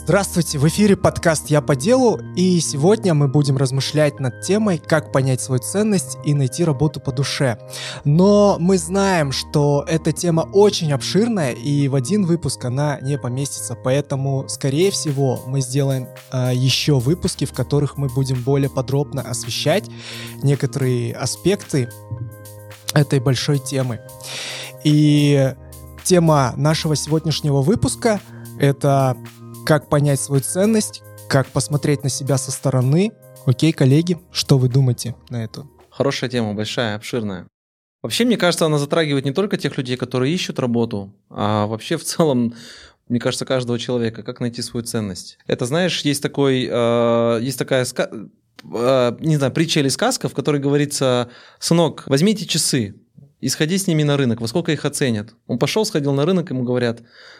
Здравствуйте, в эфире подкаст «Я по делу», и сегодня мы будем размышлять над темой, как понять свою ценность и найти работу по душе. Но мы знаем, что эта тема очень обширная, и в один выпуск она не поместится, поэтому, скорее всего, мы сделаем еще выпуски, в которых мы будем более подробно освещать некоторые аспекты этой большой темы. И тема нашего сегодняшнего выпуска — это как понять свою ценность, как посмотреть на себя со стороны. Окей, коллеги, что вы думаете на это? Хорошая тема, большая, обширная. Вообще, мне кажется, она затрагивает не только тех людей, которые ищут работу, а вообще в целом, мне кажется, каждого человека, как найти свою ценность. Это, знаешь, есть такая, не знаю, притча или сказка, в которой говорится: сынок, возьмите часы и сходи с ними на рынок, во сколько их оценят. Он пошел, сходил на рынок, ему говорят: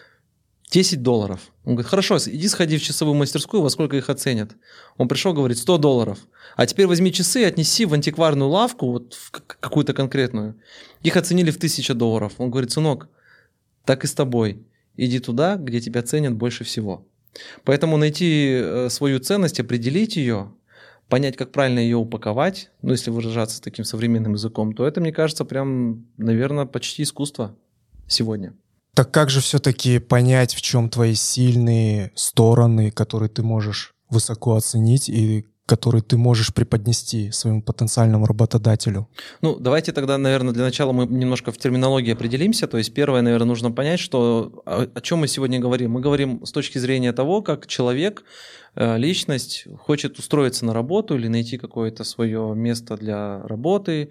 $10. Он говорит: хорошо, иди сходи в часовую мастерскую, во сколько их оценят. Он пришел, говорит: $100. А теперь возьми часы и отнеси в антикварную лавку, вот в какую-то конкретную. Их оценили в $1000. Он говорит: сынок, так и с тобой. Иди туда, где тебя ценят больше всего. Поэтому найти свою ценность, определить ее, понять, как правильно ее упаковать, ну, если выражаться таким современным языком, то это, мне кажется, прям, наверное, почти искусство сегодня. Так как же все-таки понять, в чем твои сильные стороны, которые ты можешь высоко оценить и которые ты можешь преподнести своему потенциальному работодателю? Ну, давайте тогда, наверное, для начала мы немножко в терминологии определимся. То есть первое, наверное, нужно понять, что о чем мы сегодня говорим. Мы говорим с точки зрения того, как человек, личность хочет устроиться на работу или найти какое-то свое место для работы,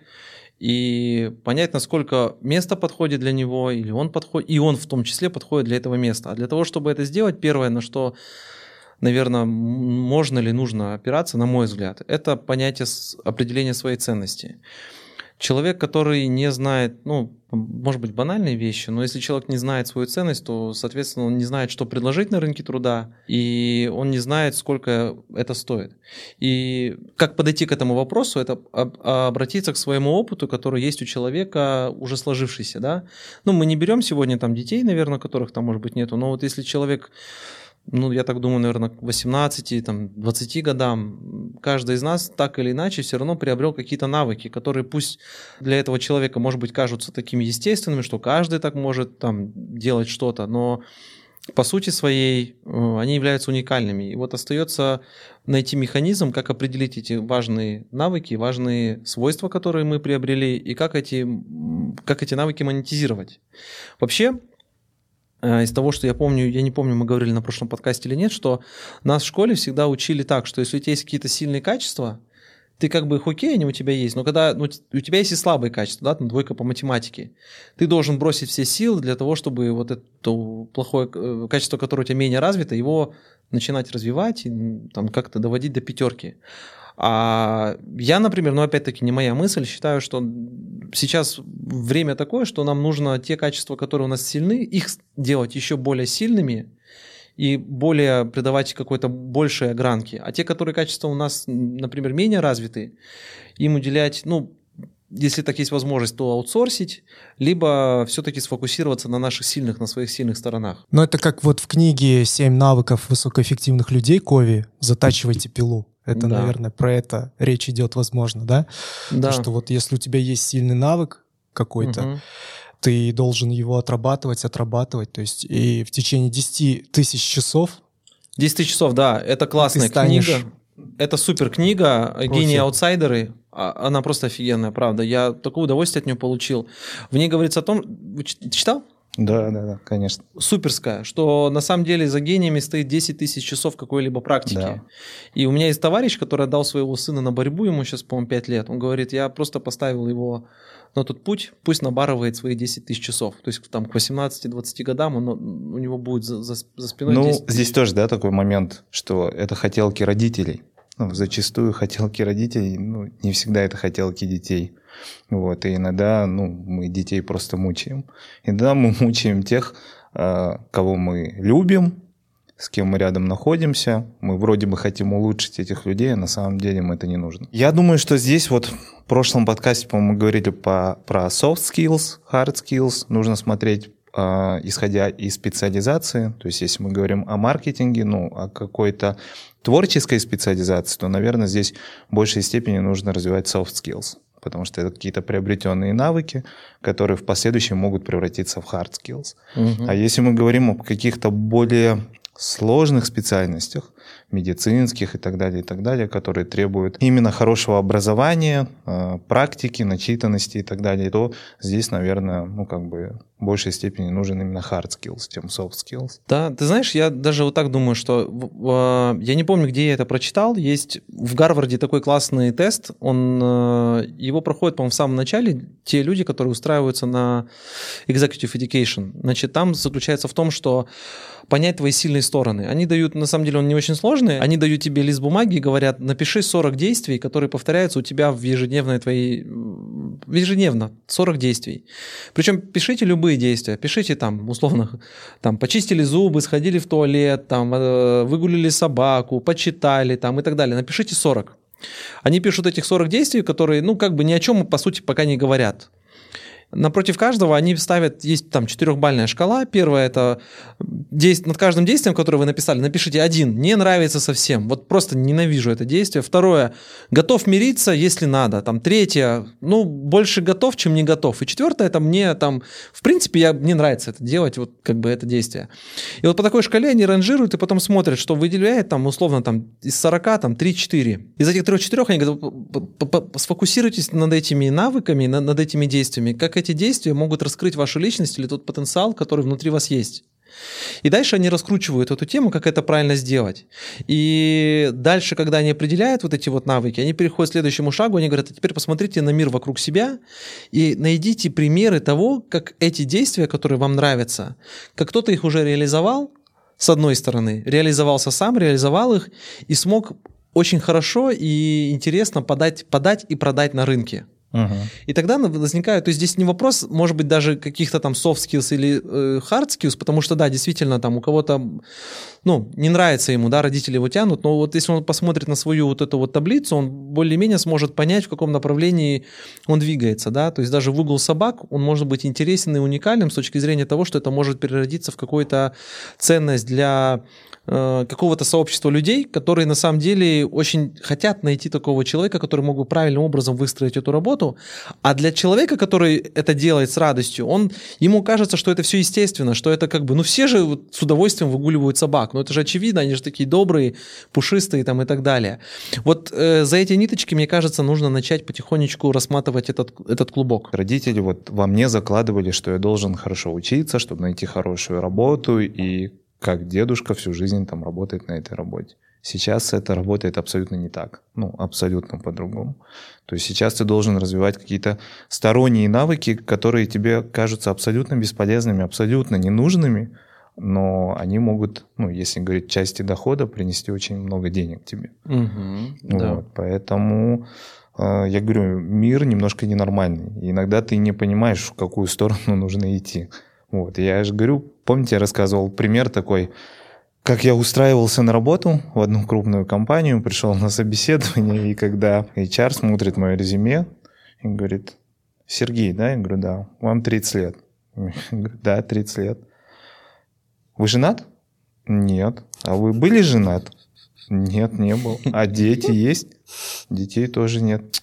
и понять, насколько место подходит для него, или он подходит, и он в том числе подходит для этого места. А для того, чтобы это сделать, первое, на что, наверное, можно или нужно опираться, на мой взгляд, это понятие определения своей ценности. Человек, который не знает, ну, может быть, банальные вещи, но если человек не знает свою ценность, то, соответственно, он не знает, что предложить на рынке труда, и он не знает, сколько это стоит. И как подойти к этому вопросу, это обратиться к своему опыту, который есть у человека, уже сложившийся, да. Ну, мы не берем сегодня там детей, наверное, которых там, может быть, нету, но вот если человек, ну, я так думаю, наверное, к 18-20 годам каждый из нас так или иначе все равно приобрел какие-то навыки, которые пусть для этого человека, может быть, кажутся такими естественными, что каждый так может там делать что-то, но по сути своей они являются уникальными. И вот остается найти механизм, как определить эти важные навыки, важные свойства, которые мы приобрели, и как эти навыки монетизировать. Вообще, из того, что я помню, я не помню, мы говорили на прошлом подкасте или нет, что нас в школе всегда учили так, что если у тебя есть какие-то сильные качества, ты как бы их окей, они у тебя есть, но когда у тебя есть и слабые качества, да, там 2 по математике, ты должен бросить все силы для того, чтобы вот это плохое качество, которое у тебя менее развито, его начинать развивать и там как-то доводить до 5. А я, например, ну опять-таки не моя мысль, считаю, что сейчас время такое, что нам нужно те качества, которые у нас сильны, их делать еще более сильными и более придавать какой-то большей огранки. А те, которые качества у нас, например, менее развиты, им уделять, ну, если так есть возможность, то аутсорсить, либо все-таки сфокусироваться на наших сильных, на своих сильных сторонах. Ну, это как вот в книге «7 навыков высокоэффективных людей» Кови «Затачивайте пилу». Это, да, наверное, про это речь идет, возможно, да? Да. Что вот если у тебя есть сильный навык какой-то, ты должен его отрабатывать, то есть и в течение 10 тысяч часов... 10 тысяч часов, да, это классная книга. Это супер книга «Гении-аутсайдеры». Она просто офигенная, правда. Я такое удовольствие от нее получил. В ней говорится о том... Ты читал? Да, конечно. Суперская, что на самом деле за гениями стоит 10 тысяч часов какой-либо практики. Да. И у меня есть товарищ, который отдал своего сына на борьбу, ему сейчас, по-моему, 5 лет. Он говорит: я просто поставил его на тот путь, пусть набарывает свои 10 тысяч часов. То есть там к 18-20 годам у него будет за спиной 10 тысяч. Здесь тоже, да, такой момент, что это хотелки родителей. Ну, зачастую хотелки родителей, ну, не всегда это хотелки детей. Вот, и иногда, ну, мы детей просто мучаем. Иногда мы мучаем тех, кого мы любим, с кем мы рядом находимся. Мы вроде бы хотим улучшить этих людей, а на самом деле им это не нужно. Я думаю, что здесь вот в прошлом подкасте, по-моему, мы говорили про soft skills, hard skills. Нужно смотреть исходя из специализации, то есть если мы говорим о маркетинге, о какой-то творческой специализации, то, наверное, здесь в большей степени нужно развивать soft skills, потому что это какие-то приобретенные навыки, которые в последующем могут превратиться в hard skills. А если мы говорим о каких-то более сложных специальностях, медицинских и так далее, которые требуют именно хорошего образования, практики, начитанности и так далее, то здесь, наверное, в большей степени нужен именно hard skills, чем soft skills. Да, ты знаешь, я даже вот так думаю, что я не помню, где я это прочитал. Есть в Гарварде такой классный тест, его проходят, по-моему, в самом начале те люди, которые устраиваются на executive education. Значит, там заключается в том, что понять твои сильные стороны. Они дают, на самом деле, он не очень сложный, они дают тебе лист бумаги и говорят, напиши 40 действий, которые повторяются у тебя в ежедневно 40 действий. Причем пишите любые действия, пишите условно, почистили зубы, сходили в туалет, выгулили собаку, почитали и так далее. Напишите 40. Они пишут этих 40 действий, которые, ни о чем, по сути, пока не говорят. Напротив каждого они ставят, есть 4-бальная шкала. Первое – это над каждым действием, которое вы написали, напишите 1, не нравится совсем, вот просто ненавижу это действие. Второе – готов мириться, если надо. Третье – больше готов, чем не готов. И четвертое – это мне в принципе, мне нравится это делать, это действие. И вот по такой шкале они ранжируют и потом смотрят, что выделяет условно из 40 3-4. Из этих 3-4 они говорят, сфокусируйтесь над этими навыками, над этими действиями, как эти действия могут раскрыть вашу личность или тот потенциал, который внутри вас есть. И дальше они раскручивают эту тему, как это правильно сделать. И дальше, когда они определяют эти навыки, они переходят к следующему шагу, они говорят, а теперь посмотрите на мир вокруг себя и найдите примеры того, как эти действия, которые вам нравятся, как кто-то их уже реализовал, с одной стороны, реализовался сам, реализовал их и смог очень хорошо и интересно подать и продать на рынке. И тогда возникает, то есть здесь не вопрос, может быть, даже каких-то soft skills или hard skills, потому что, да, действительно, у кого-то, не нравится ему, да, родители его тянут, но вот если он посмотрит на свою эту таблицу, он более-менее сможет понять, в каком направлении он двигается, да, то есть даже в угол собак он может быть интересен и уникальным с точки зрения того, что это может переродиться в какую-то ценность для какого-то сообщества людей, которые на самом деле очень хотят найти такого человека, который мог бы правильным образом выстроить эту работу, а для человека, который это делает с радостью, ему кажется, что это все естественно, что это все же с удовольствием выгуливают собак, это же очевидно, они же такие добрые, пушистые и так далее. Вот за эти ниточки, мне кажется, нужно начать потихонечку рассматривать этот клубок. Родители во мне закладывали, что я должен хорошо учиться, чтобы найти хорошую работу, и как дедушка всю жизнь работает на этой работе. Сейчас это работает абсолютно не так. Абсолютно по-другому. То есть сейчас ты должен развивать какие-то сторонние навыки, которые тебе кажутся абсолютно бесполезными, абсолютно ненужными, но они могут, если говорить части дохода, принести очень много денег тебе. Да. Поэтому я говорю, мир немножко ненормальный. И иногда ты не понимаешь, в какую сторону нужно идти. Я же говорю, помните, я рассказывал пример такой, как я устраивался на работу в одну крупную компанию, пришел на собеседование, и когда HR смотрит мое резюме и говорит, Сергей, да? Я говорю, да. Вам 30 лет. Я говорю, да, 30 лет. Вы женат? Нет. А вы были женат? Нет, не был. А дети есть? Детей тоже нет.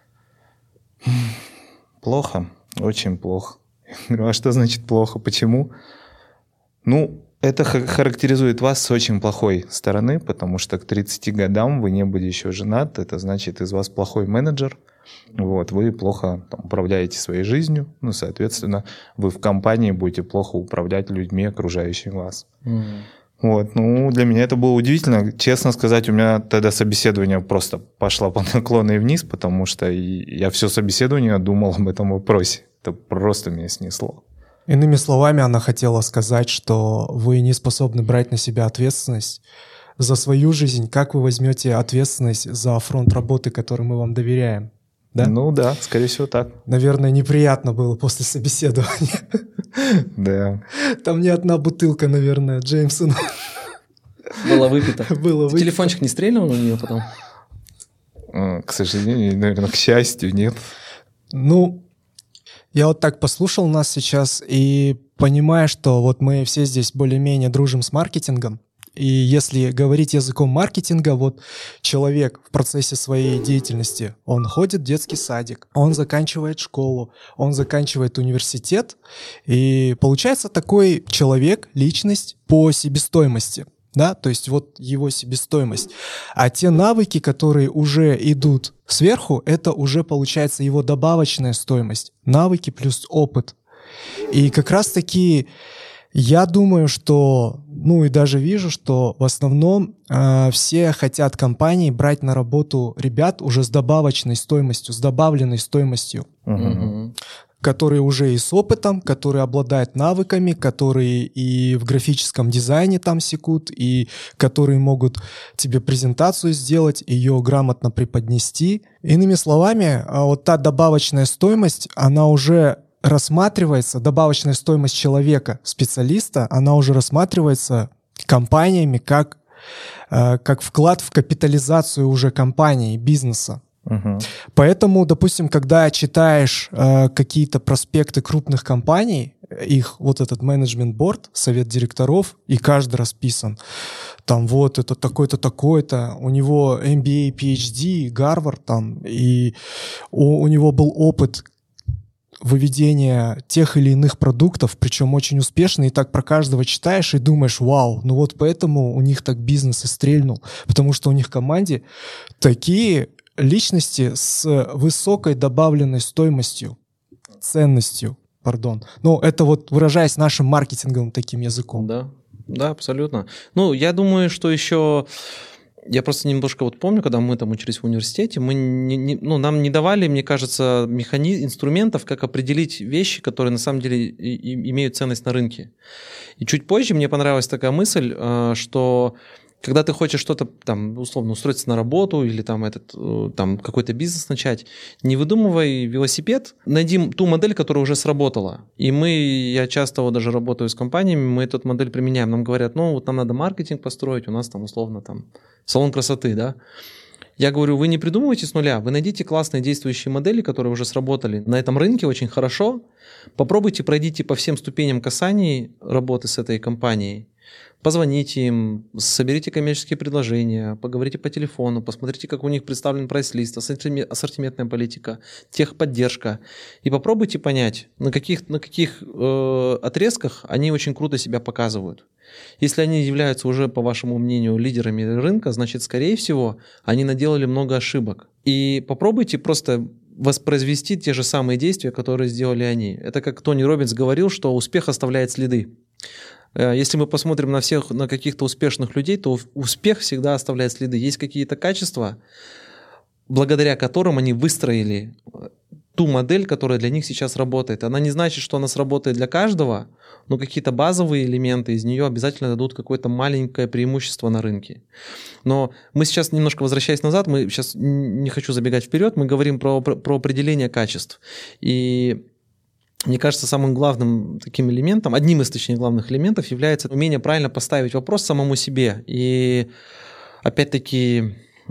Плохо, очень плохо. Я говорю, а что значит плохо? Почему? Это характеризует вас с очень плохой стороны, потому что к 30 годам вы не были еще женат, это значит, из вас плохой менеджер, вы плохо управляете своей жизнью, соответственно, вы в компании будете плохо управлять людьми, окружающими вас. Для меня это было удивительно. Честно сказать, у меня тогда собеседование просто пошло по наклонной вниз, потому что я все собеседование думал об этом вопросе. Это просто меня снесло. Иными словами, она хотела сказать, что вы не способны брать на себя ответственность за свою жизнь. Как вы возьмете ответственность за фронт работы, который мы вам доверяем? Да? Да, скорее всего так. Наверное, неприятно было после собеседования. Да. Там не одна бутылка, наверное, Джеймсона. Была выпита. Телефончик не стрельнул у нее потом? К сожалению, наверное, к счастью, нет. Я так послушал нас сейчас и понимая, что вот мы все здесь более-менее дружим с маркетингом, и если говорить языком маркетинга, вот человек в процессе своей деятельности, он ходит в детский садик, он заканчивает школу, он заканчивает университет, и получается такой человек, личность по себестоимости. Да, то есть вот его себестоимость. А те навыки, которые уже идут сверху, это уже получается его добавочная стоимость. Навыки плюс опыт. И как раз-таки я думаю, что, ну и даже вижу, что в основном все хотят компании брать на работу ребят уже с добавочной стоимостью, с добавленной стоимостью. Которые уже и с опытом, которые обладают навыками, которые и в графическом дизайне там секут, и которые могут тебе презентацию сделать, ее грамотно преподнести. Иными словами, вот та добавочная стоимость, она уже рассматривается, добавочная стоимость человека, специалиста, она уже рассматривается компаниями как вклад в капитализацию уже компании, бизнеса. Поэтому, допустим, когда читаешь какие-то проспекты крупных компаний, их вот этот менеджмент-борд, совет директоров, и каждый расписан. Там вот это такой-то, такой-то, у него MBA, PhD, Гарвард там, и у него был опыт выведения тех или иных продуктов, причем очень успешный, и так про каждого читаешь и думаешь, вау, ну вот поэтому у них так бизнес и стрельнул, потому что у них в команде такие личности с высокой добавленной стоимостью, ценностью, пардон. Ну, это вот выражаясь нашим маркетинговым таким языком. Да, абсолютно. Ну, я думаю, что еще... Я просто немножко вот помню, когда мы там учились в университете, мы нам не давали, мне кажется, инструментов, как определить вещи, которые на самом деле имеют ценность на рынке. И чуть позже мне понравилась такая мысль, что когда ты хочешь что-то там условно устроиться на работу или там какой-то бизнес начать, не выдумывай велосипед, найди ту модель, которая уже сработала. И я часто вот даже работаю с компаниями, мы эту модель применяем. Нам говорят, ну вот нам надо маркетинг построить, у нас там условно там салон красоты, да. Я говорю, вы не придумывайте с нуля, вы найдите классные действующие модели, которые уже сработали на этом рынке очень хорошо, попробуйте, пройдите по всем ступеням касаний работы с этой компанией. Позвоните им, соберите коммерческие предложения, поговорите по телефону, посмотрите, как у них представлен прайс-лист, ассортиментная политика, техподдержка. И попробуйте понять, на каких отрезках они очень круто себя показывают. Если они являются уже, по вашему мнению, лидерами рынка, значит, скорее всего, они наделали много ошибок. И попробуйте просто воспроизвести те же самые действия, которые сделали они. Это как Тони Роббинс говорил, что успех оставляет следы. Если мы посмотрим на каких-то успешных людей, то успех всегда оставляет следы. Есть какие-то качества, благодаря которым они выстроили ту модель, которая для них сейчас работает. Она не значит, что она сработает для каждого, но какие-то базовые элементы из нее обязательно дадут какое-то маленькое преимущество на рынке. Но мы сейчас, немножко возвращаясь назад, мы сейчас не хочу забегать вперед, мы говорим про определение качеств. И мне кажется, самым главным таким элементом, одним из, точнее, главных элементов является умение правильно поставить вопрос самому себе. И опять-таки,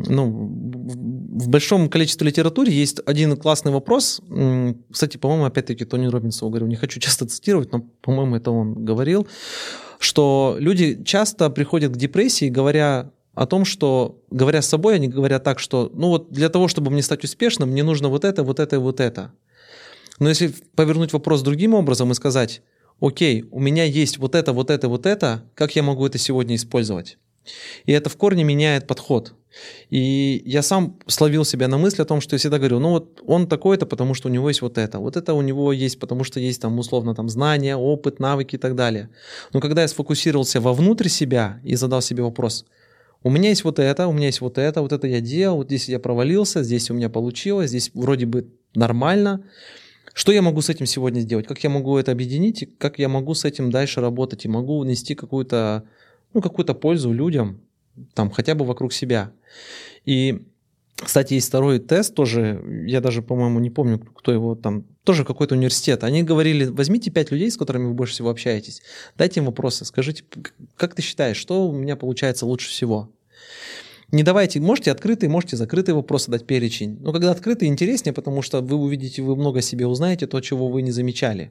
в большом количестве литературы есть один классный вопрос. Кстати, по-моему, опять-таки Тони Роббинсу говорил, не хочу часто цитировать, но, по-моему, это он говорил, что люди часто приходят к депрессии, говоря о том, что, говоря с собой, они говорят так, что для того, чтобы мне стать успешным, мне нужно вот это, вот это и вот это. Но если повернуть вопрос другим образом и сказать, окей, у меня есть вот это, вот это, вот это, как я могу это сегодня использовать? И это в корне меняет подход. И я сам словил себя на мысли о том, что я всегда говорю, он такой-то, потому что у него есть вот это у него есть, потому что есть там условно там знания, опыт, навыки и так далее. Но когда я сфокусировался вовнутрь себя и задал себе вопрос, у меня есть вот это, вот это я делал, вот здесь я провалился, здесь у меня получилось, здесь вроде бы нормально. Что я могу с этим сегодня сделать? Как я могу это объединить? И как я могу с этим дальше работать? И могу нести какую-то пользу людям, там, хотя бы вокруг себя. И, кстати, есть второй тест тоже, я даже, по-моему, не помню, кто его там, тоже какой-то университет. Они говорили, возьмите 5 людей, с которыми вы больше всего общаетесь, дайте им вопросы, скажите, как ты считаешь, что у меня получается лучше всего? Не давайте, можете открытые, можете закрытые вопросы дать перечень. Но когда открытые, интереснее, потому что вы увидите, вы много о себе узнаете, то, чего вы не замечали.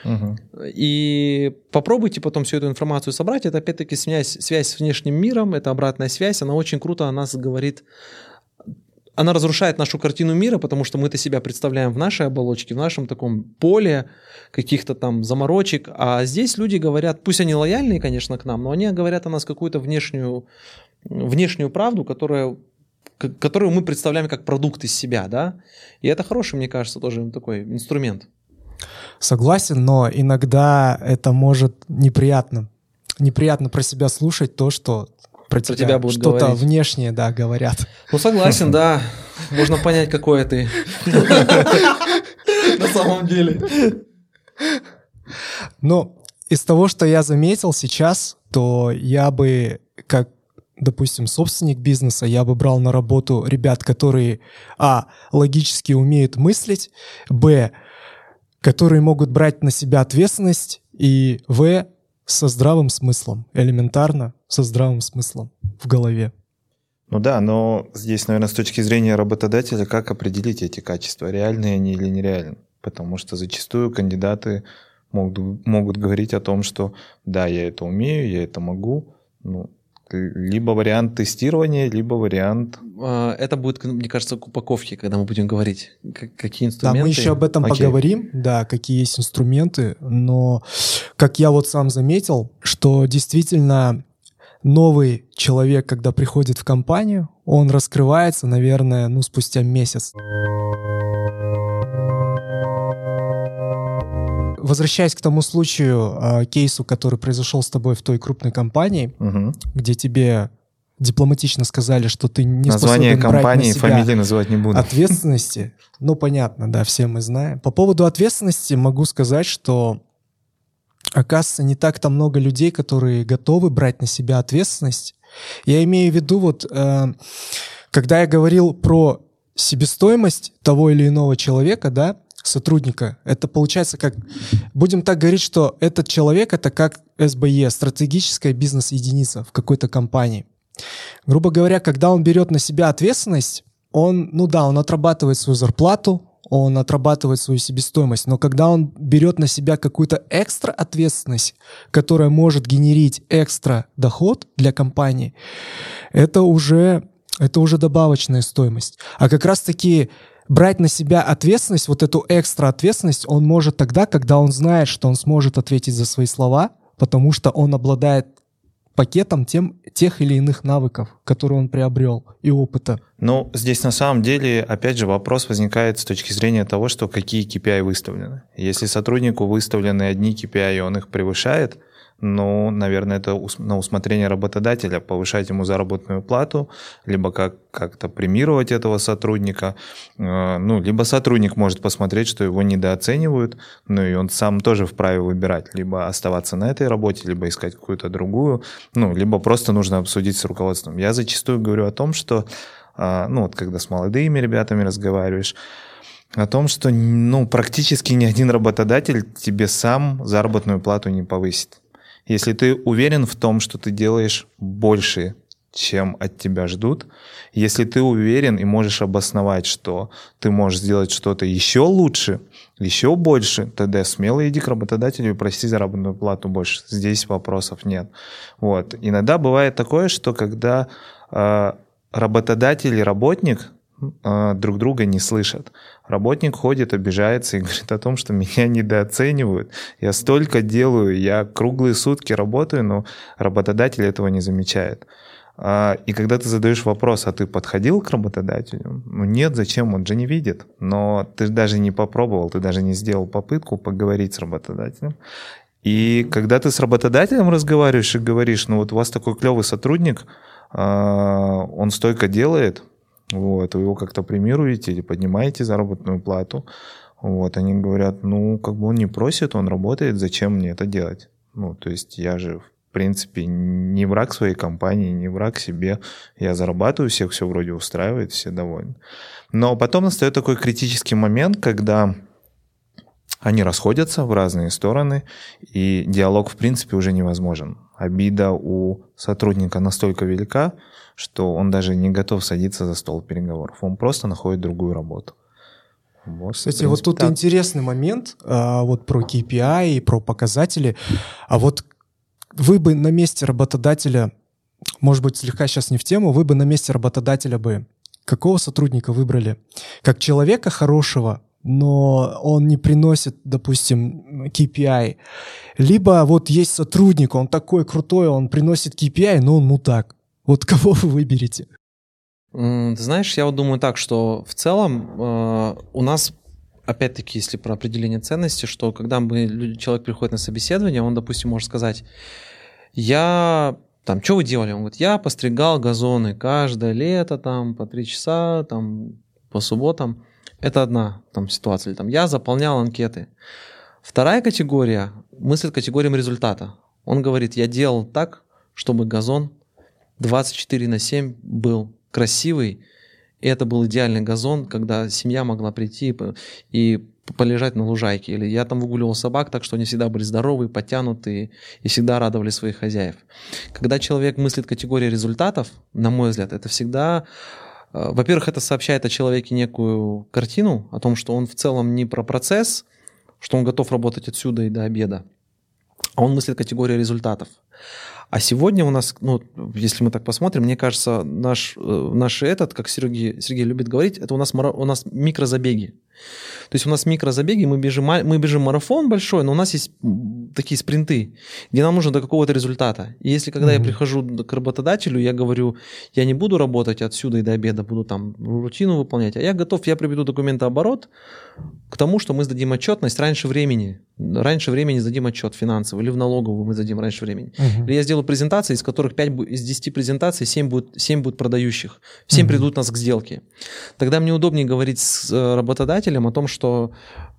И попробуйте потом всю эту информацию собрать. Это опять-таки связь с внешним миром, это обратная связь, она очень круто о нас говорит. Она разрушает нашу картину мира, потому что мы-то себя представляем в нашей оболочке, в нашем таком поле каких-то там заморочек. А здесь люди говорят, пусть они лояльные, конечно, к нам, но они говорят о нас какую-то внешнюю правду, которую мы представляем как продукт из себя, да? И это хороший, мне кажется, тоже такой инструмент. Согласен, но иногда это может неприятно про себя слушать то, что про тебя будут что-то говорить. Внешнее, да, говорят. Ну, согласен, да. Можно понять, какое ты на самом деле. Ну, из того, что я заметил сейчас, то я бы, как, допустим, собственник бизнеса, я бы брал на работу ребят, которые, логически умеют мыслить, которые могут брать на себя ответственность, и, со здравым смыслом, элементарно, со здравым смыслом в голове. Ну да, но здесь, наверное, с точки зрения работодателя, как определить эти качества, реальные они или нереальные? Потому что зачастую кандидаты могут говорить о том, что да, я это умею, я это могу. Ну, либо вариант тестирования, либо вариант... Это будет, мне кажется, к упаковке, когда мы будем говорить, какие инструменты. Да, мы еще об этом поговорим, да, какие есть инструменты, но как я вот сам заметил, что действительно новый человек, когда приходит в компанию, он раскрывается, наверное, спустя месяц. Возвращаясь к тому случаю, кейсу, который произошел с тобой в той крупной компании, где тебе дипломатично сказали, что ты не название способен брать на себя фамилии называть не буду. Ответственности. Ну, понятно, да, все мы знаем. По поводу ответственности могу сказать, что, оказывается, не так-то много людей, которые готовы брать на себя ответственность. Я имею в виду, когда я говорил про себестоимость того или иного человека, да, сотрудника, это получается как, будем так говорить, что этот человек это как СБЕ, стратегическая бизнес-единица в какой-то компании. Грубо говоря, когда он берет на себя ответственность, он отрабатывает свою зарплату, он отрабатывает свою себестоимость, но когда он берет на себя какую-то экстра ответственность, которая может генерить экстра доход для компании, это уже добавочная стоимость. А как раз-таки брать на себя ответственность, вот эту экстра ответственность, он может тогда, когда он знает, что он сможет ответить за свои слова, потому что он обладает пакетом тех или иных навыков, которые он приобрел, и опыта. Ну, здесь на самом деле, опять же, вопрос возникает с точки зрения того, что какие KPI выставлены. Если сотруднику выставлены одни KPI, и он их превышает, ну, наверное, это на усмотрение работодателя, повышать ему заработную плату, либо как-то премировать этого сотрудника. Ну, либо сотрудник может посмотреть, что его недооценивают, ну, и он сам тоже вправе выбирать, либо оставаться на этой работе, либо искать какую-то другую, ну, либо просто нужно обсудить с руководством. Я зачастую говорю о том, что, когда с молодыми ребятами разговариваешь, о том, что, практически ни один работодатель тебе сам заработную плату не повысит. Если ты уверен в том, что ты делаешь больше, чем от тебя ждут, если ты уверен и можешь обосновать, что ты можешь сделать что-то еще лучше, еще больше, тогда смело иди к работодателю и проси заработную плату больше. Здесь вопросов нет. Вот. Иногда бывает такое, что когда работодатель и работник друг друга не слышат. Работник ходит, обижается и говорит о том, что меня недооценивают. Я столько делаю, я круглые сутки работаю, но работодатель этого не замечает. И когда ты задаешь вопрос, а ты подходил к работодателю? Ну нет, зачем? Он же не видит. Но ты даже не попробовал, ты даже не сделал попытку поговорить с работодателем. И когда ты с работодателем разговариваешь и говоришь, у вас такой клевый сотрудник, он столько делает, вот, вы его как-то премируете или поднимаете заработную плату. Вот, они говорят, он не просит, он работает, зачем мне это делать? То есть я же, в принципе, не враг своей компании, не враг себе. Я зарабатываю, всех все вроде устраивает, все довольны. Но потом настает такой критический момент, когда они расходятся в разные стороны, и диалог, в принципе, уже невозможен. Обида у сотрудника настолько велика, что он даже не готов садиться за стол переговоров. Он просто находит другую работу. Вот, кстати, вот тут так. Интересный момент вот про KPI и про показатели. А вот вы бы на месте работодателя, может быть, слегка сейчас не в тему, вы бы на месте работодателя бы какого сотрудника выбрали? Как человека хорошего, но он не приносит, допустим, KPI. Либо вот есть сотрудник, он такой крутой, он приносит KPI, но он мудак. Вот кого вы выберете? Ты знаешь, я вот думаю так, что в целом у нас, опять-таки, если про определение ценности, что когда человек приходит на собеседование, он, допустим, может сказать, что вы делали? Он говорит, я постригал газоны каждое лето, по 3 часа, по субботам. Это одна ситуация. Или я заполнял анкеты. Вторая категория мыслит категориям результата. Он говорит, я делал так, чтобы газон 24/7 был красивый, и это был идеальный газон, когда семья могла прийти и полежать на лужайке. Или я выгуливал собак так, что они всегда были здоровые, подтянутые и всегда радовали своих хозяев. Когда человек мыслит категории результатов, на мой взгляд, это всегда... Во-первых, это сообщает о человеке некую картину, о том, что он в целом не про процесс, что он готов работать отсюда и до обеда, а он мыслит категории результатов. А сегодня у нас, если мы так посмотрим, мне кажется, наш как Сергей любит говорить, это у нас микрозабеги. То есть у нас микрозабеги, мы бежим марафон большой, но у нас есть такие спринты, где нам нужно до какого-то результата. И если когда я прихожу к работодателю, я говорю, я не буду работать отсюда и до обеда, буду рутину выполнять, а я готов, я приведу документооборот к тому, что мы сдадим отчетность раньше времени. Раньше времени сдадим отчет финансовый, или в налоговую мы сдадим раньше времени. Или я сделаю презентации, из которых 5 из 10 презентаций 7 будет продающих. 7 придут нас к сделке. Тогда мне удобнее говорить с работодателем о том, что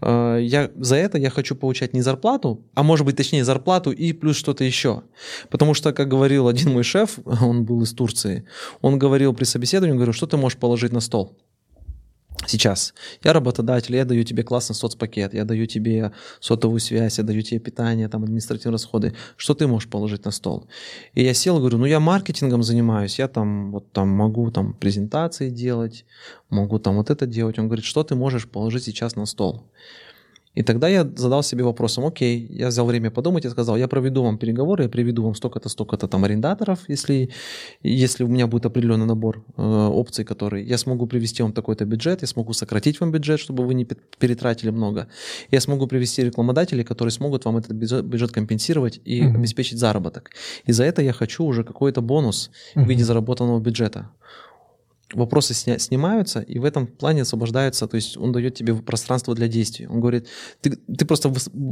за это я хочу получать не зарплату, а может быть, точнее, зарплату и плюс что-то еще. Потому что, как говорил один мой шеф, он был из Турции, он говорил при собеседовании, говорил, что ты можешь положить на стол? Сейчас. Я работодатель, я даю тебе классный соцпакет, я даю тебе сотовую связь, я даю тебе питание, административные расходы. Что ты можешь положить на стол? И я сел и говорю, я маркетингом занимаюсь, я могу презентации делать, могу вот это делать. Он говорит, что ты можешь положить сейчас на стол? И тогда я задал себе вопросом, окей, я взял время подумать и сказал, я проведу вам переговоры, я приведу вам столько-то арендаторов, если у меня будет определенный набор опций, которые я смогу привести вам такой-то бюджет, я смогу сократить вам бюджет, чтобы вы не перетратили много, я смогу привести рекламодателей, которые смогут вам этот бюджет компенсировать и обеспечить заработок. И за это я хочу уже какой-то бонус в виде заработанного бюджета. Вопросы снимаются, и в этом плане освобождаются, то есть он дает тебе пространство для действий. Он говорит, ты просто,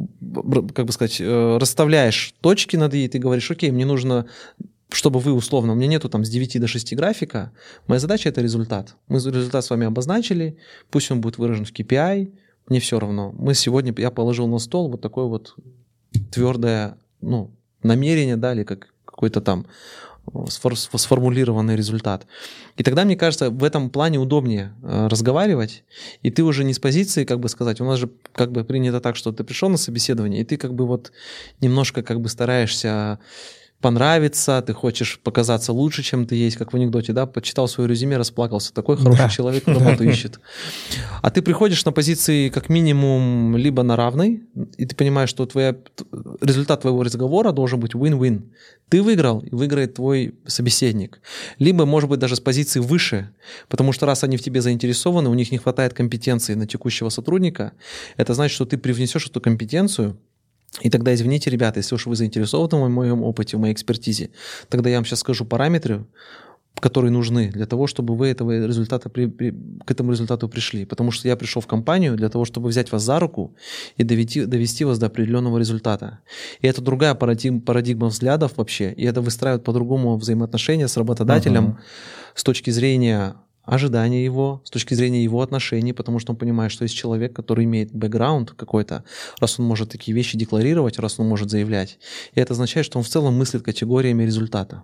расставляешь точки над «и», и ты говоришь, окей, мне нужно, чтобы вы условно, у меня нету с 9 до 6 графика, моя задача — это результат. Мы результат с вами обозначили, пусть он будет выражен в KPI, мне все равно. Я положил на стол вот такое вот твердое намерение, или какой-то сформулированный результат. И тогда, мне кажется, в этом плане удобнее разговаривать, и ты уже не с позиции, сказать, у нас же принято так, что ты пришел на собеседование, и ты немножко стараешься понравиться, ты хочешь показаться лучше, чем ты есть, как в анекдоте, почитал свое резюме, расплакался, такой хороший человек работу ищет. А ты приходишь на позиции как минимум либо на равной, и ты понимаешь, что результат твоего разговора должен быть win-win. Ты выиграл, и выиграет твой собеседник. Либо, может быть, даже с позиции выше, потому что раз они в тебе заинтересованы, у них не хватает компетенции на текущего сотрудника, это значит, что ты привнесешь эту компетенцию. И тогда, извините, ребята, если уж вы заинтересованы в моем опыте, в моей экспертизе, тогда я вам сейчас скажу параметры, которые нужны для того, чтобы вы к этому результату пришли. Потому что я пришел в компанию для того, чтобы взять вас за руку и довести вас до определенного результата. И это другая парадигма взглядов вообще, и это выстраивает по-другому взаимоотношения с работодателем с точки зрения ожидания его, с точки зрения его отношений, потому что он понимает, что есть человек, который имеет бэкграунд какой-то, раз он может такие вещи декларировать, раз он может заявлять. И это означает, что он в целом мыслит категориями результата.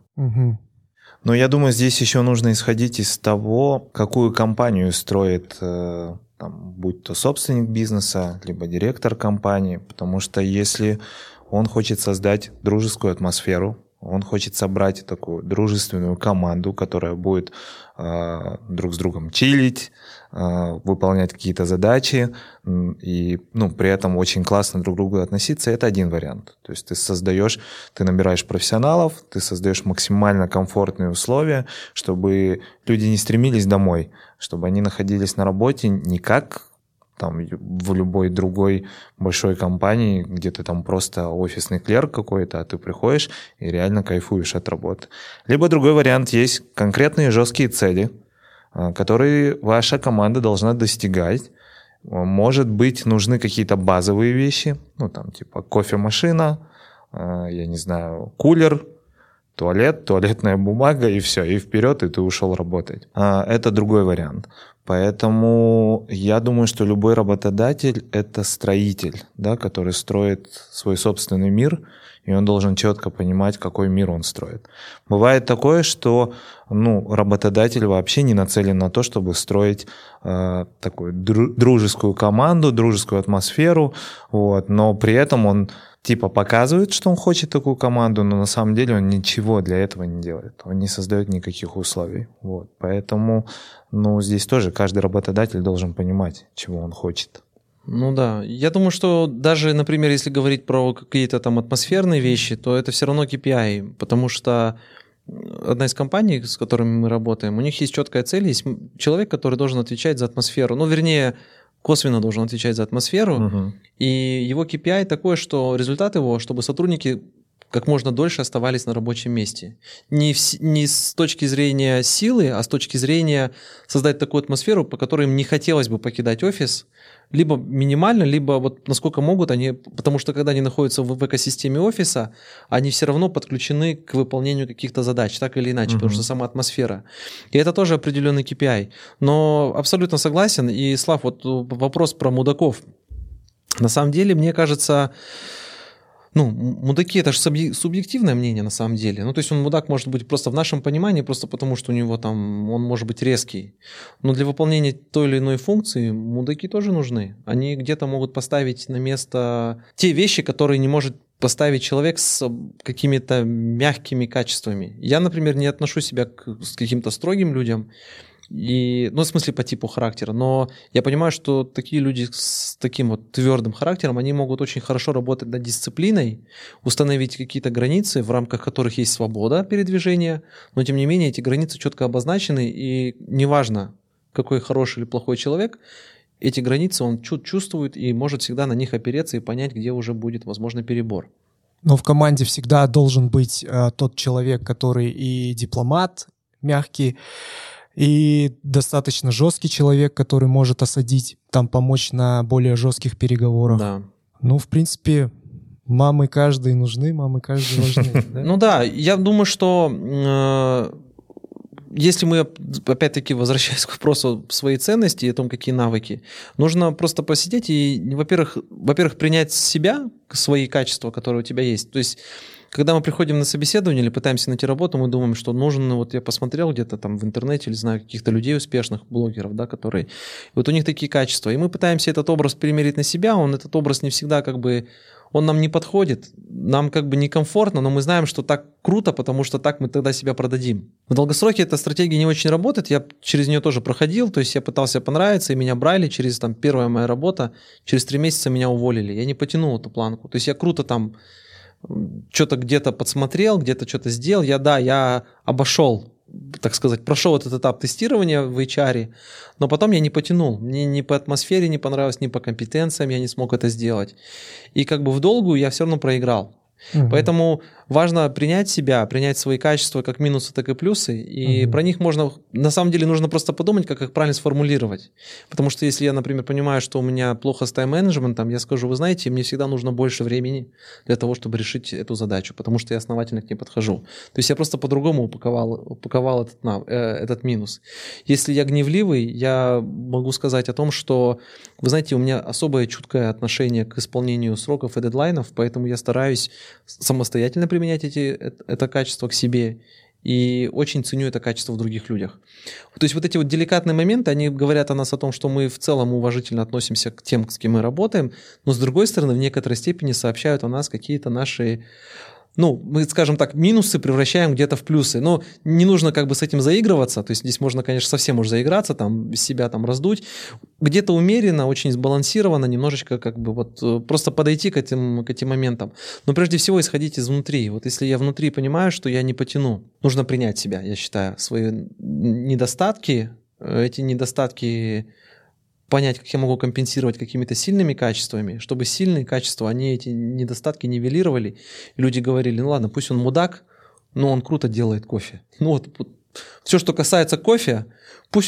Но я думаю, здесь еще нужно исходить из того, какую компанию строит там, будь то собственник бизнеса, либо директор компании, потому что если он хочет создать дружескую атмосферу, он хочет собрать такую дружественную команду, которая будет друг с другом чилить, выполнять какие-то задачи и при этом очень классно друг к другу относиться. Это один вариант. То есть ты набираешь профессионалов, ты создаешь максимально комфортные условия, чтобы люди не стремились домой, чтобы они находились на работе не как там в любой другой большой компании, где ты там просто офисный клерк какой-то, а ты приходишь и реально кайфуешь от работы. Либо другой вариант, есть конкретные жесткие цели, которые ваша команда должна достигать. Может быть, нужны какие-то базовые вещи, типа кофемашина, я не знаю, кулер, туалет, туалетная бумага, и все, и вперед, и ты ушел работать. Это другой вариант. Поэтому я думаю, что любой работодатель – это строитель, да, который строит свой собственный мир, и он должен четко понимать, какой мир он строит. Бывает такое, что работодатель вообще не нацелен на то, чтобы строить такую дружескую команду, дружескую атмосферу, но при этом он показывает, что он хочет такую команду, но на самом деле он ничего для этого не делает. Он не создает никаких условий. Поэтому здесь тоже каждый работодатель должен понимать, чего он хочет. Да. Я думаю, что даже, например, если говорить про какие-то там атмосферные вещи, то это все равно KPI, потому что одна из компаний, с которыми мы работаем, у них есть четкая цель, есть человек, который должен отвечать за атмосферу. Косвенно должен отвечать за атмосферу, и его KPI такое, что результат его, чтобы сотрудники как можно дольше оставались на рабочем месте. Не с точки зрения силы, а с точки зрения создать такую атмосферу, по которой им не хотелось бы покидать офис, либо минимально, либо насколько могут они, потому что когда они находятся в экосистеме офиса, они все равно подключены к выполнению каких-то задач, так или иначе, потому что сама атмосфера. И это тоже определенный KPI. Но абсолютно согласен. И, Слав, вопрос про мудаков. На самом деле, мне кажется, мудаки – это же субъективное мнение на самом деле. То есть он мудак может быть просто в нашем понимании, просто потому что у него он может быть резкий. Но для выполнения той или иной функции мудаки тоже нужны. Они где-то могут поставить на место те вещи, которые не может поставить человек с какими-то мягкими качествами. Я, например, не отношу себя к каким-то строгим людям, в смысле по типу характера, но я понимаю, что такие люди с таким твердым характером, они могут очень хорошо работать над дисциплиной, установить какие-то границы, в рамках которых есть свобода передвижения, но тем не менее эти границы четко обозначены, и неважно, какой хороший или плохой человек, эти границы он чувствует и может всегда на них опереться и понять, где уже будет, возможно, перебор. Но в команде всегда должен быть тот человек, который и дипломат мягкий, и достаточно жесткий человек, который может осадить, помочь на более жестких переговорах. Да. В принципе, мамы каждой нужны, мамы каждой важны. Да, я думаю, что если мы, опять-таки, возвращаясь к вопросу своей ценности и о том, какие навыки, нужно просто посидеть и, во-первых, принять себя, свои качества, которые у тебя есть. То есть когда мы приходим на собеседование или пытаемся найти работу, мы думаем, что нужен, я посмотрел где-то там в интернете или знаю каких-то людей успешных, блогеров, да, которые, у них такие качества, и мы пытаемся этот образ примерить на себя, этот образ не всегда он нам не подходит, нам некомфортно, но мы знаем, что так круто, потому что так мы тогда себя продадим. В долгосроке эта стратегия не очень работает, я через нее тоже проходил, то есть я пытался понравиться, и меня брали, первая моя работа, через 3 месяца меня уволили, я не потянул эту планку, то есть я круто что-то где-то подсмотрел, где-то что-то сделал. Я обошел, так сказать, прошел этот этап тестирования в HR, но потом я не потянул. Мне ни по атмосфере не понравилось, ни по компетенциям я не смог это сделать. И в долгую я все равно проиграл. Поэтому важно принять себя, принять свои качества как минусы, так и плюсы. И про них на самом деле нужно просто подумать, как их правильно сформулировать. Потому что если я, например, понимаю, что у меня плохо с тайм-менеджментом, я скажу, вы знаете, мне всегда нужно больше времени для того, чтобы решить эту задачу, потому что я основательно к ней подхожу. То есть я просто по-другому упаковал этот минус. Если я гневливый, я могу сказать о том, что, вы знаете, у меня особое чуткое отношение к исполнению сроков и дедлайнов, поэтому я стараюсь самостоятельно применять это качество к себе и очень ценю это качество в других людях. То есть вот эти вот деликатные моменты, они говорят о нас о том, что мы в целом уважительно относимся к тем, с кем мы работаем, но с другой стороны в некоторой степени сообщают о нас какие-то наши... мы, скажем так, минусы превращаем где-то в плюсы. Но не нужно как бы с этим заигрываться. То есть здесь можно, конечно, совсем уж заиграться, там, себя там раздуть. Где-то умеренно, очень сбалансированно, немножечко как бы вот просто подойти к этим моментам. Но прежде всего исходить изнутри. Вот если я внутри понимаю, что я не потяну, нужно принять себя, я считаю, свои недостатки, эти недостатки... понять, как я могу компенсировать какими-то сильными качествами, чтобы сильные качества, они эти недостатки нивелировали. И люди говорили, ладно, пусть он мудак, но он круто делает кофе. Все, что касается кофе, пусть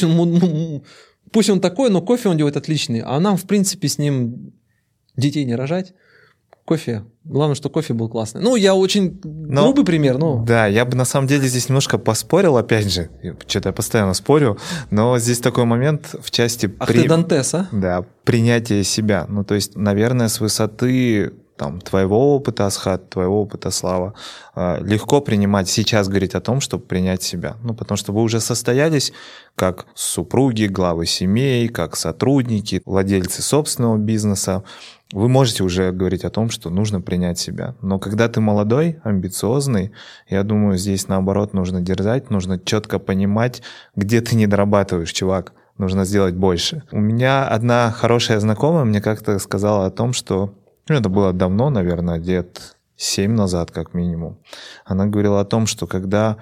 он такой, но кофе он делает отличный. А нам, в принципе, с ним детей не рожать. Кофе. Главное, что кофе был классный. Я очень грубый пример, но... Да, я бы на самом деле здесь немножко поспорил, опять же. Что-то я постоянно спорю, но здесь такой момент в части... ты Дантес, а? Да, принятия себя. То есть, наверное, с высоты твоего опыта, Асхат, твоего опыта, Слава, легко принимать, сейчас говорить о том, чтобы принять себя. Потому что вы уже состоялись как супруги, главы семей, как сотрудники, владельцы собственного бизнеса. Вы можете уже говорить о том, что нужно принять себя. Но когда ты молодой, амбициозный, я думаю, здесь наоборот нужно дерзать, нужно четко понимать, где ты не дорабатываешь, чувак. Нужно сделать больше. У меня одна хорошая знакомая мне как-то сказала о том, что... это было давно, наверное, лет 7 назад как минимум. Она говорила о том, что когда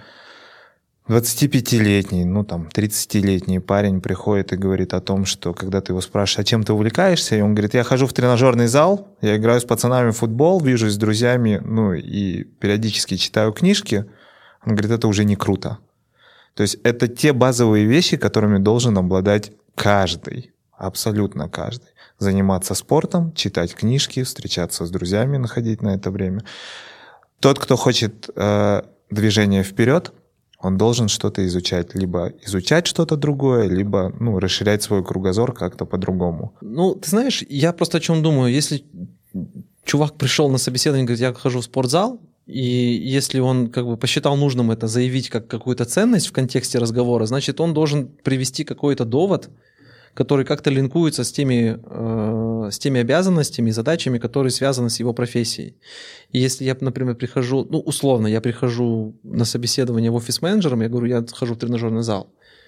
25-летний, 30-летний парень приходит и говорит о том, что когда ты его спрашиваешь, а чем ты увлекаешься, и он говорит, я хожу в тренажерный зал, я играю с пацанами в футбол, вижусь с друзьями, и периодически читаю книжки, он говорит, это уже не круто. То есть это те базовые вещи, которыми должен обладать каждый, абсолютно каждый. Заниматься спортом, читать книжки, встречаться с друзьями, находить на это время. Тот, кто хочет движения вперед, он должен что-то изучать. Либо изучать что-то другое, либо расширять свой кругозор как-то по-другому. Ты знаешь, я просто о чем думаю. Если чувак пришел на собеседование и говорит, я хожу в спортзал, и если он как бы посчитал нужным это заявить как какую-то ценность в контексте разговора, значит, он должен привести какой-то довод, который как-то линкуется с теми обязанностями и задачами, которые связаны с его профессией. И если я, например, прихожу, условно, я прихожу на собеседование в офис-менеджером, я говорю, я хожу в тренажерный зал,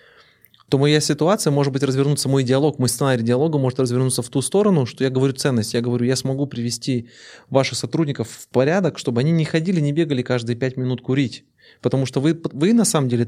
то моя ситуация может быть развернуться, мой диалог, мой сценарий диалога может развернуться в ту сторону, что я говорю ценность. Я говорю, я смогу привести ваших сотрудников в порядок, чтобы они не ходили, не бегали каждые 5 минут курить. Потому что вы на самом деле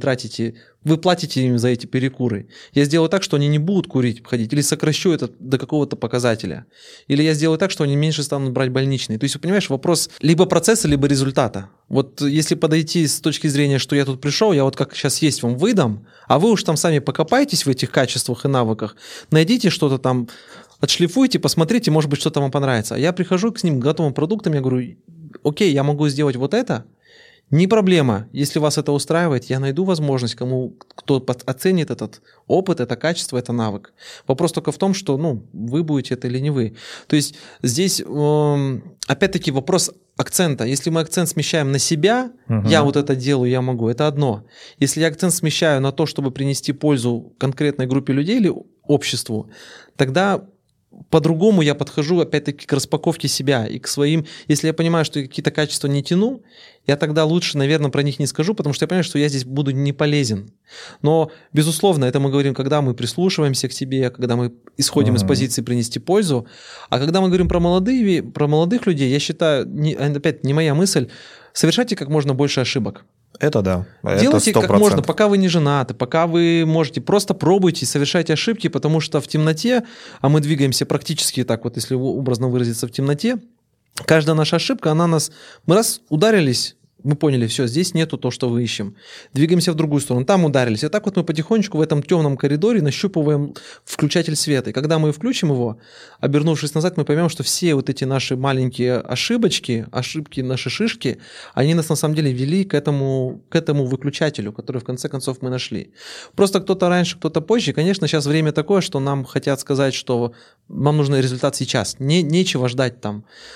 вы платите им за эти перекуры. Я сделаю так, что они не будут курить, ходить, или сокращу это до какого-то показателя. Или я сделаю так, что они меньше станут брать больничные. То есть, понимаешь, вопрос либо процесса, либо результата. Вот если подойти с точки зрения, что я тут пришел, я вот как сейчас есть вам выдам, а вы уж там сами покопайтесь в этих качествах и навыках, найдите что-то там, отшлифуйте, посмотрите, может быть, что-то вам понравится. А я прихожу к ним готовым продуктом, я говорю, окей, я могу сделать вот это, не проблема. Если вас это устраивает, я найду возможность, кто оценит этот опыт, это качество, это навык. Вопрос только в том, что вы будете это или не вы. То есть здесь опять-таки вопрос акцента. Если мы акцент смещаем на себя, я вот это делаю, я могу, это одно. Если я акцент смещаю на то, чтобы принести пользу конкретной группе людей или обществу, тогда по-другому я подхожу, опять-таки, к распаковке себя и к своим... Если я понимаю, что я какие-то качества не тяну, я тогда лучше, наверное, про них не скажу, потому что я понимаю, что я здесь буду не полезен. Но, безусловно, это мы говорим, когда мы прислушиваемся к себе, когда мы исходим из позиции принести пользу. А когда мы говорим про молодых людей, я считаю, опять не моя мысль, совершайте как можно больше ошибок. Это да. Делайте это 100%. как можно, пока вы не женаты, пока вы можете. Просто пробуйте, совершайте ошибки, потому что в темноте, а мы двигаемся практически так вот, если образно выразиться, в темноте, каждая наша ошибка, мы раз ударились, мы поняли, все, здесь нету то, что мы ищем. Двигаемся в другую сторону, там ударились. И так вот мы потихонечку в этом темном коридоре нащупываем включатель света. И когда мы включим его, обернувшись назад, мы поймем, что все вот эти наши маленькие ошибки, наши шишки, они нас на самом деле вели к этому выключателю, который в конце концов мы нашли. Просто кто-то раньше, кто-то позже. Конечно, сейчас время такое, что нам хотят сказать, что нам нужен результат сейчас. Нечего ждать там. Вот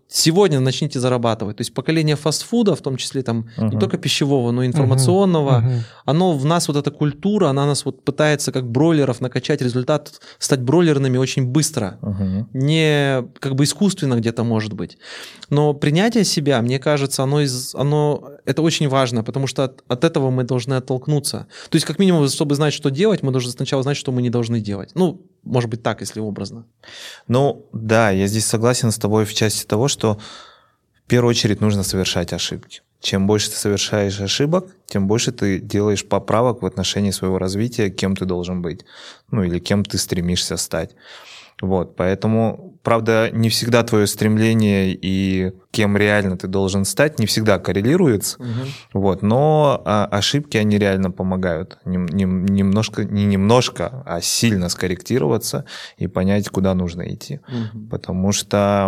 сегодня начните зарабатывать. То есть поколение фастфуда, в том числе там не только пищевого, но и информационного, оно в нас, вот эта культура, она нас вот пытается как бройлеров накачать результат, стать бройлерными очень быстро. Не как бы искусственно где-то может быть. Но принятие себя, мне кажется, это очень важно, потому что от этого мы должны оттолкнуться. То есть как минимум, чтобы знать, что делать, мы должны сначала знать, что мы не должны делать. Ну, может быть так, если образно. Ну, да, я здесь согласен с тобой в части того, что в первую очередь нужно совершать ошибки. Чем больше ты совершаешь ошибок, тем больше ты делаешь поправок в отношении своего развития, кем ты должен быть, ну или кем ты стремишься стать. Вот, поэтому, правда, не всегда твое стремление и кем реально ты должен стать не всегда коррелируется, вот, но ошибки, они реально помогают немножко, а сильно скорректироваться и понять, куда нужно идти. Потому что,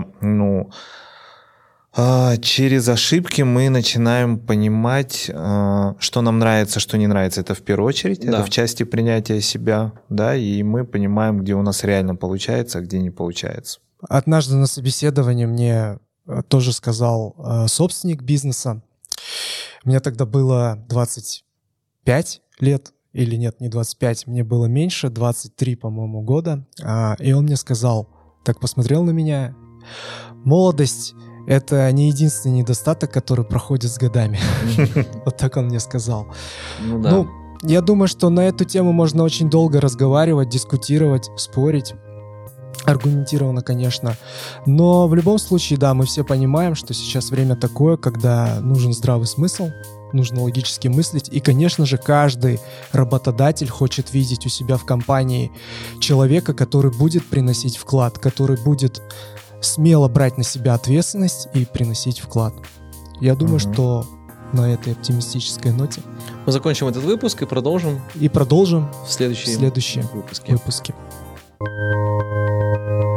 через ошибки мы начинаем понимать, что нам нравится, что не нравится. Это в первую очередь, это в части принятия себя, да, и мы понимаем, где у нас реально получается, а где не получается. Однажды на собеседовании мне тоже сказал собственник бизнеса. Мне тогда было 25 лет, или нет, не 25, мне было меньше, 23, по-моему, года. И он мне сказал, так посмотрел на меня: молодость — это не единственный недостаток, который проходит с годами. Вот так он мне сказал. Ну, я думаю, что на эту тему можно очень долго разговаривать, дискутировать, спорить. Аргументированно, конечно. Но в любом случае, да, мы все понимаем, что сейчас время такое, когда нужен здравый смысл, нужно логически мыслить. И, конечно же, каждый работодатель хочет видеть у себя в компании человека, который будет приносить вклад, который будет смело брать на себя ответственность и приносить вклад. Я думаю, что на этой оптимистической ноте мы закончим этот выпуск и продолжим. И продолжим в следующем выпуске.